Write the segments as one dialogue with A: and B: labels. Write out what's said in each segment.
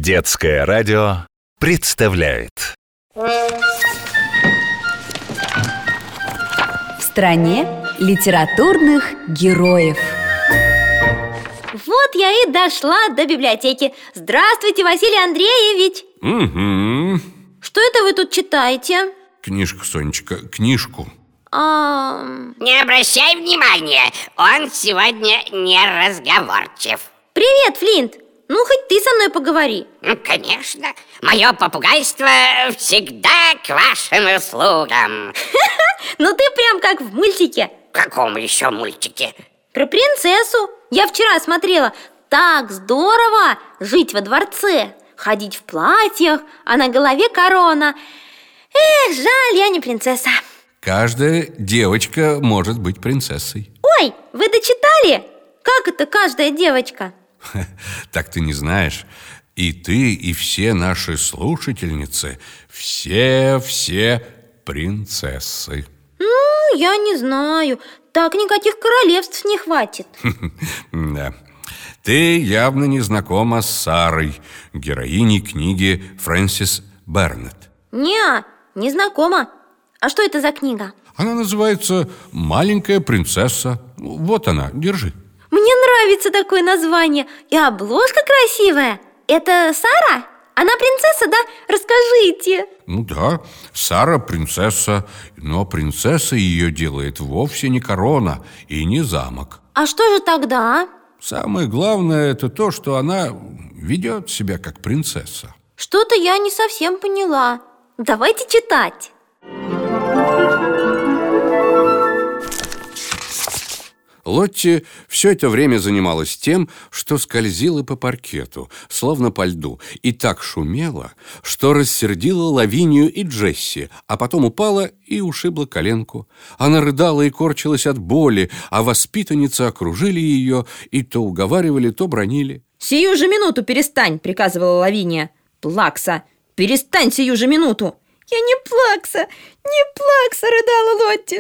A: Детское радио представляет.
B: В стране литературных героев.
C: Вот я и дошла до библиотеки. Здравствуйте, Василий Андреевич.
D: Угу.
C: Что это вы тут читаете?
D: Книжку, Сонечка, книжку.
E: Не обращай внимания, он сегодня не разговорчив.
C: Привет, Флинт. Ну, хоть ты со мной поговори.
E: Конечно, мое попугайство всегда к вашим услугам.
C: Ну ты прям как в мультике.
E: В каком еще мультике?
C: Про принцессу. Я вчера смотрела. Так здорово жить во дворце, ходить в платьях, а на голове корона. Эх, жаль, я не принцесса.
D: Каждая девочка может быть принцессой.
C: Ой, вы дочитали? Как это каждая девочка?
D: Так ты не знаешь. И ты, и все наши слушательницы, все принцессы.
C: Ну, я не знаю. Так никаких королевств не хватит.
D: Да. Ты явно не знакома с Сарой, героиней книги Фрэнсис Бернет.
C: Не знакома. А что это за книга?
D: Она называется «Маленькая принцесса». Вот она, держи.
C: Мне нравится такое название. И обложка красивая. Это Сара? Она принцесса, да? Расскажите.
D: Ну да, Сара принцесса. Но принцесса ее делает вовсе не корона и не замок.
C: А что же тогда?
D: Самое главное – это то, что она ведет себя как принцесса.
C: Что-то я не совсем поняла. Давайте читать.
D: Лотти все это время занималась тем, что скользила по паркету, словно по льду, и так шумела, что рассердила Лавинию и Джесси, а потом упала и ушибла коленку. Она рыдала и корчилась от боли, а воспитанницы окружили ее и то уговаривали, то бранили.
F: «Сию же минуту перестань!» — приказывала Лавиния. «Плакса! Перестань сию же минуту!»
G: «Я не Плакса! Не Плакса!» — рыдала Лотти.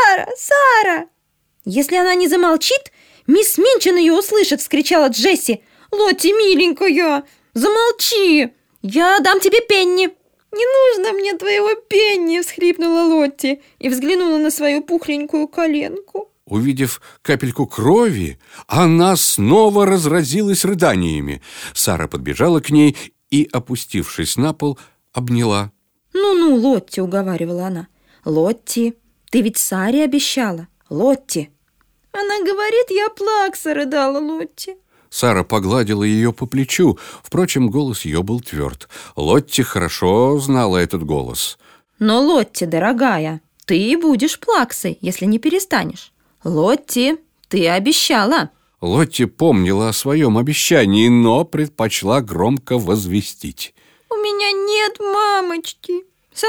G: «Сара!
F: «Если она не замолчит, мисс Минчин ее услышит!» — вскричала Джесси.
G: «Лотти, миленькая, замолчи!
F: Я дам тебе пенни!»
G: «Не нужно мне твоего пенни!» — всхлипнула Лотти и взглянула на свою пухленькую коленку.
D: Увидев капельку крови, она снова разразилась рыданиями. Сара подбежала к ней и, опустившись на пол, обняла.
F: «Ну, Лотти!» — уговаривала она. «Лотти, ты ведь Саре обещала! Лотти!»
G: «Она говорит, я Плакса!» — рыдала Лотти.
D: Сара погладила ее по плечу. Впрочем, голос ее был тверд. Лотти хорошо знала этот голос.
F: «Но, Лотти, дорогая, ты будешь Плаксой, если не перестанешь. Лотти, ты обещала!»
D: Лотти помнила о своем обещании, но предпочла громко возвестить.
G: «У меня нет мамочки!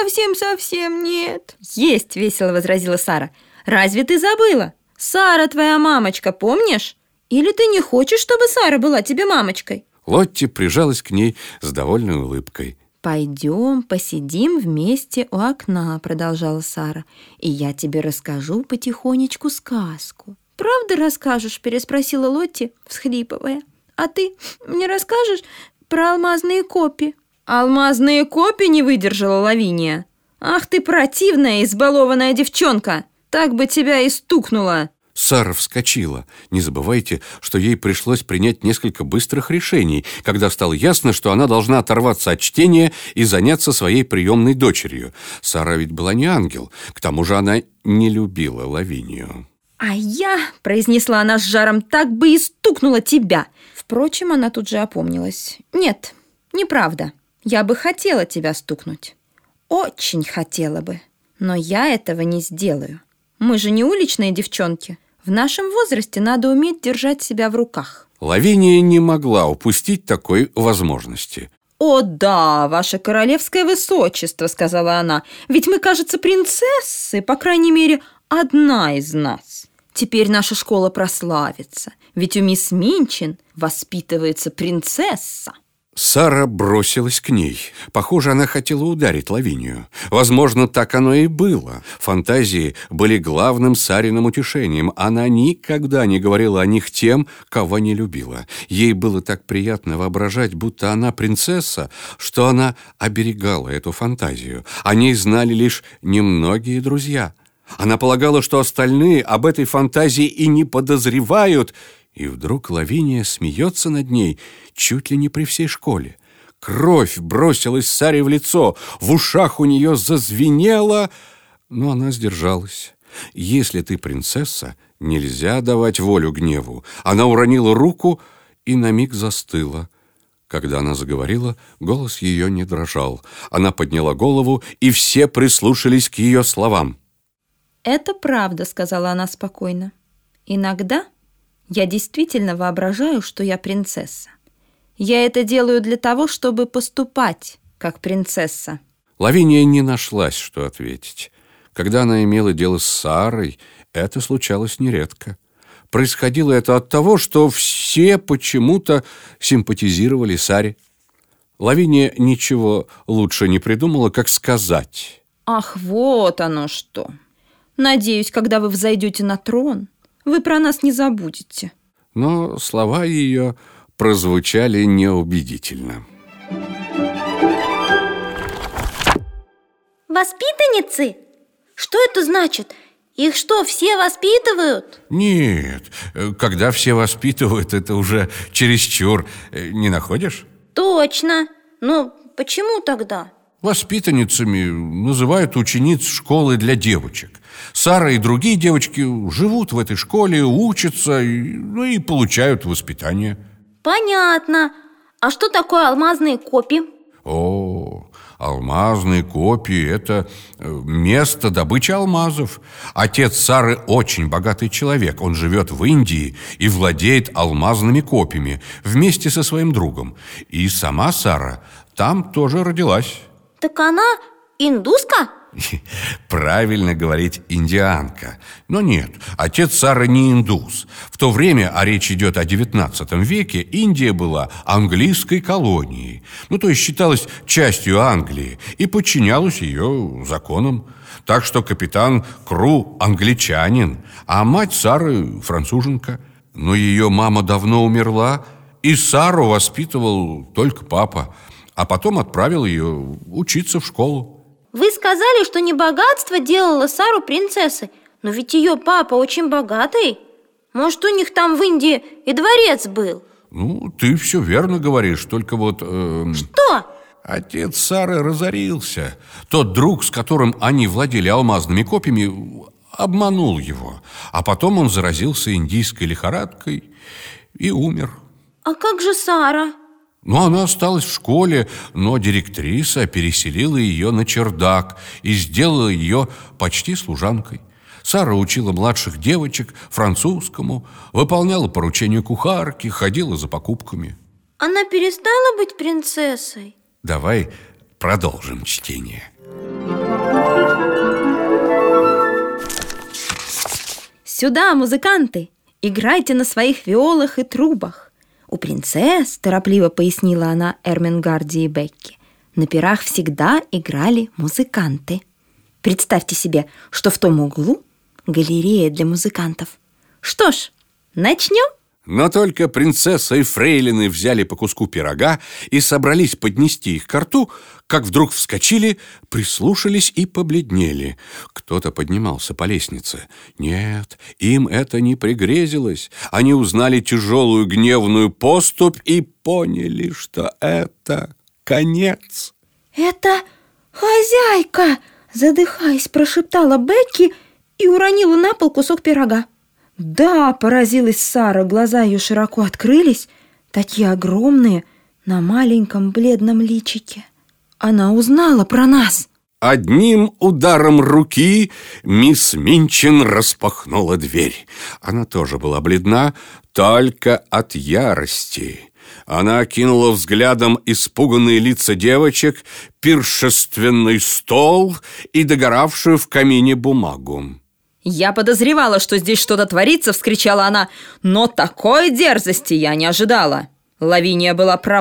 G: Совсем нет!»
F: «Есть!» — весело возразила Сара. «Разве ты забыла? Сара твоя мамочка, помнишь? Или ты не хочешь, чтобы Сара была тебе мамочкой?»
D: Лотти прижалась к ней с довольной улыбкой.
F: «Пойдем, посидим вместе у окна», — продолжала Сара. «И я тебе расскажу потихонечку сказку».
G: «Правда расскажешь?» — переспросила Лотти, всхлипывая. «А ты мне расскажешь про алмазные копи?»
F: «Алмазные копи?» — не выдержала Лавиния. «Ах ты противная, избалованная девчонка! Так бы тебя и стукнула!»
D: Сара вскочила. Не забывайте, что ей пришлось принять несколько быстрых решений, когда стало ясно, что она должна оторваться от чтения и заняться своей приемной дочерью. Сара ведь была не ангел, к тому же она не любила Лавинию.
F: «А я, — произнесла она с жаром, — так бы и стукнула тебя!» Впрочем, она тут же опомнилась. «Нет, неправда. Я бы хотела тебя стукнуть. Очень хотела бы. Но я этого не сделаю. Мы же не уличные девчонки. В нашем возрасте надо уметь держать себя в руках».
D: Лавиния не могла упустить такой возможности.
F: «О да, ваше королевское высочество, — сказала она, — ведь мы, кажется, принцессы, по крайней мере, одна из нас. Теперь наша школа прославится, ведь у мисс Минчин воспитывается принцесса».
D: Сара бросилась к ней. Похоже, она хотела ударить Лавинию. Возможно, так оно и было. Фантазии были главным Сариным утешением. Она никогда не говорила о них тем, кого не любила. Ей было так приятно воображать, будто она принцесса, что она оберегала эту фантазию. О ней знали лишь немногие друзья. Она полагала, что остальные об этой фантазии и не подозревают. И вдруг Лавиния смеется над ней чуть ли не при всей школе. Кровь бросилась Саре в лицо, в ушах у нее зазвенело, но она сдержалась. Если ты принцесса, нельзя давать волю гневу. Она уронила руку и на миг застыла. Когда она заговорила, голос ее не дрожал. Она подняла голову, и все прислушались к ее словам.
F: «Это правда», — сказала она спокойно. «Иногда я действительно воображаю, что я принцесса. Я это делаю для того, чтобы поступать как принцесса».
D: Лавиния не нашлась, что ответить. Когда она имела дело с Сарой, это случалось нередко. Происходило это от того, что все почему-то симпатизировали Саре. Лавиния ничего лучше не придумала, как сказать.
F: «Ах, вот оно что! Надеюсь, когда вы взойдете на трон, вы про нас не забудете».
D: Но слова ее прозвучали неубедительно.
C: Воспитанницы? Что это значит? Их что, все воспитывают?
D: Нет, когда все воспитывают, это уже чересчур. Не находишь?
C: Точно. Но почему тогда?
D: Воспитанницами называют учениц школы для девочек. Сара и другие девочки живут в этой школе, учатся и получают воспитание.
C: Понятно. А что такое алмазные копи?
D: О, алмазные копи – это место добычи алмазов. Отец Сары очень богатый человек. Он живет в Индии и владеет алмазными копьями вместе со своим другом. И сама Сара там тоже родилась.
C: Так она индуска?
D: Правильно говорить индианка. Но нет, отец Сары не индус. В то время, а речь идет о XIX веке, Индия была английской колонией. То есть считалась частью Англии и подчинялась ее законам. Так что капитан Кру англичанин, а мать Сары француженка. Но ее мама давно умерла, и Сару воспитывал только папа. А потом отправил ее учиться в школу.
C: Вы сказали, что не богатство делало Сару принцессой. Но ведь ее папа очень богатый. Может, у них там в Индии и дворец был?
D: Ты все верно говоришь, только вот...
C: Что?
D: Отец Сары разорился. Тот друг, с которым они владели алмазными копьями, обманул его. А потом он заразился индийской лихорадкой и умер.
C: А как же Сара?
D: Она осталась в школе, но директриса переселила ее на чердак и сделала ее почти служанкой. Сара учила младших девочек французскому, выполняла поручения кухарки, ходила за покупками.
C: Она перестала быть принцессой?
D: Давай продолжим чтение.
F: «Сюда, музыканты! Играйте на своих виолах и трубах! У принцесс, торопливо пояснила она Эрменгарде и Бекке, на пирах всегда играли музыканты. Представьте себе, что в том углу галерея для музыкантов. Что ж, начнем?»
D: Но только принцесса и фрейлины взяли по куску пирога и собрались поднести их ко рту, как вдруг вскочили, прислушались и побледнели. Кто-то поднимался по лестнице. Нет, им это не пригрезилось. Они узнали тяжелую гневную поступь и поняли, что это конец.
G: «Это хозяйка!» – задыхаясь, прошептала Бекки и уронила на пол кусок пирога. «Да!» – поразилась Сара, глаза ее широко открылись, такие огромные, на маленьком бледном личике. Она узнала про нас.
D: Одним ударом руки мисс Минчин распахнула дверь. Она тоже была бледна, только от ярости. Она окинула взглядом испуганные лица девочек, пиршественный стол и догоравшую в камине бумагу.
F: «Я подозревала, что здесь что-то творится», — вскричала она, «но такой дерзости я не ожидала. Лавиния была права».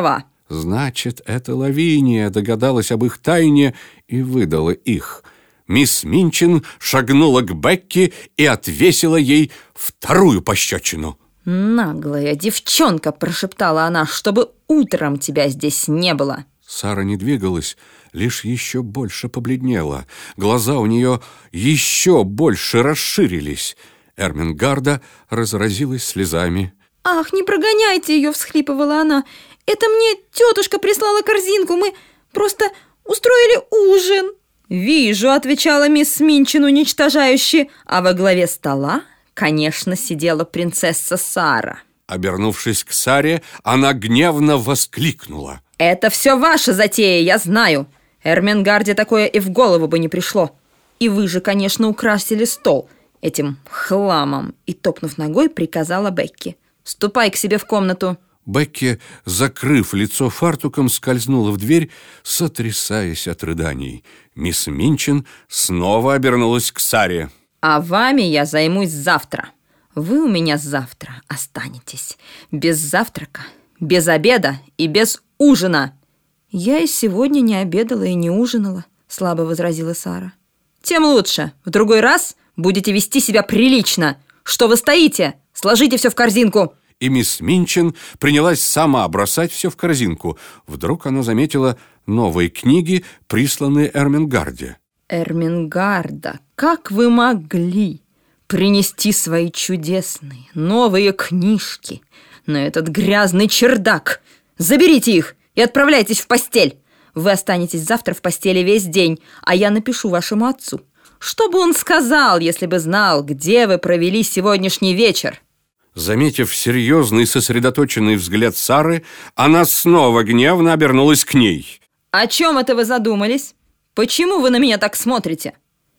D: Значит, это Лавиния догадалась об их тайне и выдала их. Мисс Минчин шагнула к Бекки и отвесила ей вторую пощечину.
F: «Наглая девчонка!» – прошептала она, «чтобы утром тебя здесь не было!»
D: Сара не двигалась, лишь еще больше побледнела. Глаза у нее еще больше расширились. Эрменгарда разразилась слезами.
F: «Ах, не прогоняйте ее!» – всхлипывала она. «Это мне тетушка прислала корзинку, мы просто устроили ужин!» «Вижу», – отвечала мисс Минчин уничтожающе, а во главе стола, конечно, сидела принцесса Сара.
D: Обернувшись к Саре, она гневно воскликнула.
F: «Это все ваша затея, я знаю. Эрменгарде такое и в голову бы не пришло. И вы же, конечно, украсили стол этим хламом». И, топнув ногой, приказала Бекки: «Ступай к себе в комнату».
D: Бекки, закрыв лицо фартуком, скользнула в дверь, сотрясаясь от рыданий. Мисс Минчин снова обернулась к Саре.
F: «А вами я займусь завтра. Вы у меня завтра останетесь. Без завтрака, без обеда и без ужина». «Я и сегодня не обедала и не ужинала», — слабо возразила Сара. «Тем лучше. В другой раз будете вести себя прилично. Что вы стоите? Сложите все в корзинку».
D: И мисс Минчин принялась сама бросать все в корзинку. Вдруг она заметила новые книги, присланные Эрменгарде.
F: «Эрменгарда, как вы могли принести свои чудесные новые книжки на этот грязный чердак? Заберите их и отправляйтесь в постель. Вы останетесь завтра в постели весь день, а я напишу вашему отцу. Что бы он сказал, если бы знал, где вы провели сегодняшний вечер?»
D: Заметив серьезный сосредоточенный взгляд Сары, она снова гневно обернулась к ней.
F: «О чем это вы задумались? Почему вы на меня так смотрите?»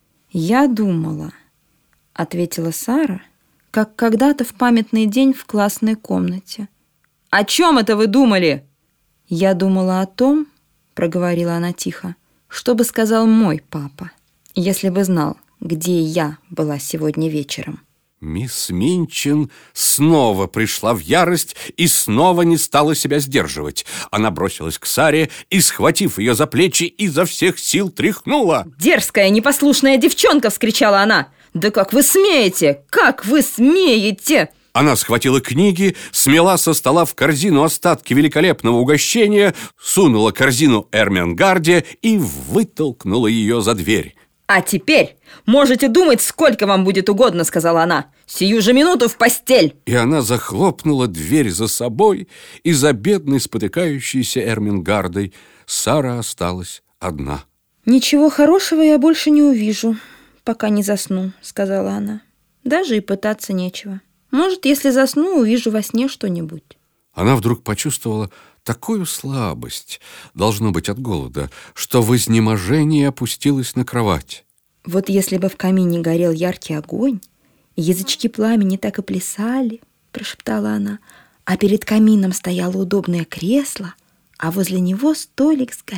F: «Я думала», — ответила Сара, как когда-то в памятный день в классной комнате. «О чем это вы думали?» «Я думала о том, — проговорила она тихо, — что бы сказал мой папа, если бы знал, где я была сегодня вечером».
D: Мисс Минчин снова пришла в ярость и снова не стала себя сдерживать. Она бросилась к Саре и, схватив ее за плечи, изо всех сил тряхнула.
F: «Дерзкая, непослушная девчонка!» — вскричала она. «Да как вы смеете? Как вы смеете?»
D: Она схватила книги, смела со стола в корзину остатки великолепного угощения, сунула корзину Эрменгарде и вытолкнула ее за дверь.
F: «А теперь можете думать, сколько вам будет угодно», — сказала она. «Сию же минуту в постель!»
D: И она захлопнула дверь за собой, и за бедной спотыкающейся Эрменгардой Сара осталась одна.
G: «Ничего хорошего я больше не увижу, пока не засну», — сказала она. «Даже и пытаться нечего. Может, если засну, увижу во сне что-нибудь».
D: Она вдруг почувствовала такую слабость, должно быть от голода, что в изнеможении опустилась на кровать.
G: «Вот если бы в камине горел яркий огонь, язычки пламени так и плясали», — прошептала она, «а перед камином стояло удобное кресло, а возле него столик с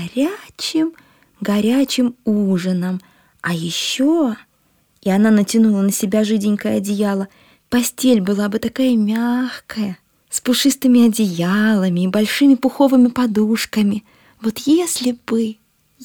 G: горячим ужином. А еще...» И она натянула на себя жиденькое одеяло. «Постель была бы такая мягкая, с пушистыми одеялами и большими пуховыми подушками. Вот если бы...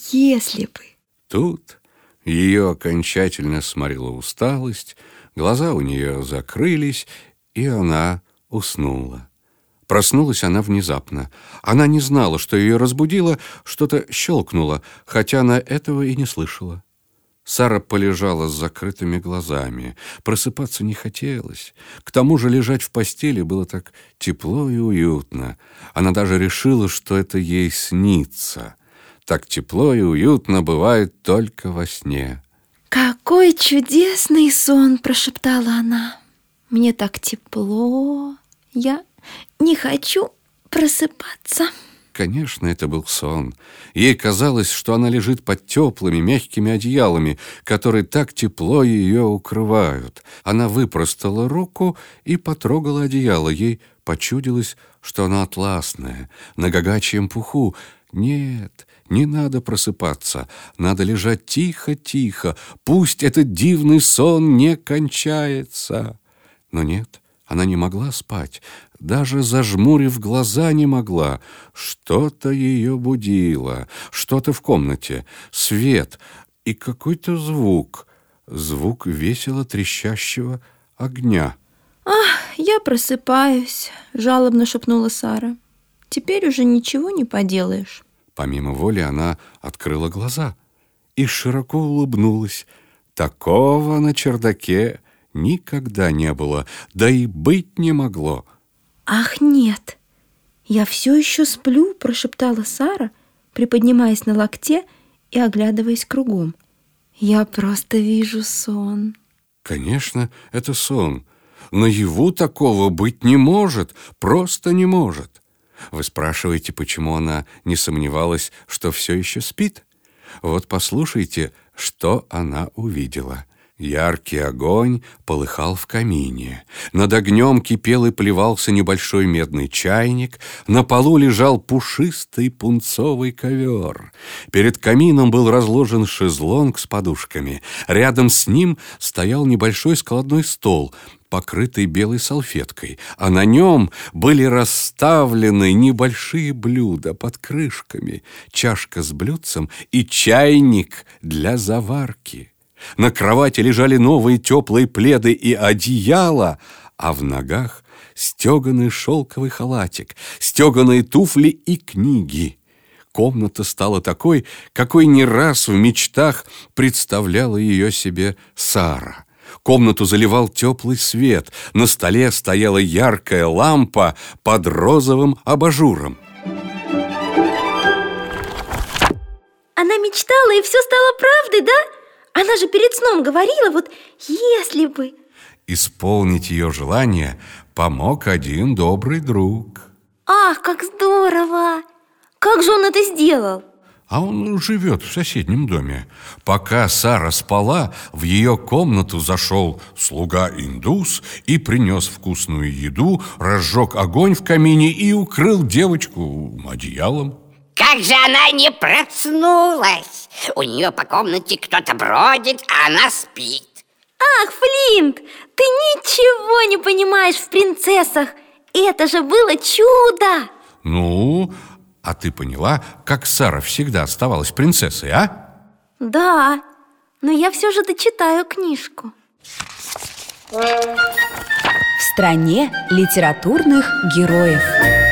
D: Тут ее окончательно сморила усталость, глаза у нее закрылись, и она уснула. Проснулась она внезапно. Она не знала, что ее разбудило, что-то щелкнуло, хотя она этого и не слышала. Сара полежала с закрытыми глазами. Просыпаться не хотелось. К тому же лежать в постели было так тепло и уютно. Она даже решила, что это ей снится. Так тепло и уютно бывает только во сне.
G: «Какой чудесный сон!» – прошептала она. «Мне так тепло. Я не хочу просыпаться».
D: Конечно, это был сон. Ей казалось, что она лежит под теплыми, мягкими одеялами, которые так тепло ее укрывают. Она выпростала руку и потрогала одеяло. Ей почудилось, что оно атласное, на гагачьем пуху. Нет, не надо просыпаться. Надо лежать тихо-тихо. Пусть этот дивный сон не кончается. Но нет, Она не могла спать, даже зажмурив глаза не могла. Что-то ее будило, что-то в комнате, свет и какой-то звук. Звук весело трещащего огня.
G: «Я просыпаюсь», — жалобно шепнула Сара. «Теперь уже ничего не поделаешь».
D: Помимо воли она открыла глаза и широко улыбнулась. Такого на чердаке никогда не было, да и быть не могло.
G: «Ах, нет! Я все еще сплю», — прошептала Сара, приподнимаясь на локте и оглядываясь кругом. «Я просто вижу сон».
D: Конечно, это сон. Наяву такого быть не может, просто не может. Вы спрашиваете, почему она не сомневалась, что все еще спит? Вот послушайте, что она увидела. Яркий огонь полыхал в камине. Над огнем кипел и плевался небольшой медный чайник. На полу лежал пушистый пунцовый ковер. Перед камином был разложен шезлонг с подушками. Рядом с ним стоял небольшой складной стол, покрытый белой салфеткой, а на нем были расставлены небольшие блюда под крышками, чашка с блюдцем и чайник для заварки. На кровати лежали новые теплые пледы и одеяло, а в ногах стеганый шелковый халатик, стеганые туфли и книги. Комната стала такой, какой не раз в мечтах представляла ее себе Сара. Комнату заливал теплый свет, на столе стояла яркая лампа под розовым абажуром.
C: Она мечтала, и все стало правдой, да? Она же перед сном говорила, вот если бы...
D: Исполнить ее желание помог один добрый друг.
C: Ах, как здорово! Как же он это сделал?
D: А он живет в соседнем доме. Пока Сара спала, в ее комнату зашел слуга-индус и принес вкусную еду, разжег огонь в камине и укрыл девочку одеялом.
E: Как же она не проснулась? У нее по комнате кто-то бродит, а она спит.
C: Ах, Флинт, ты ничего не понимаешь в принцессах. Это же было чудо!
D: Ну, а ты поняла, как Сара всегда оставалась принцессой, а?
C: Да, но я все же дочитаю книжку.
B: В стране литературных героев.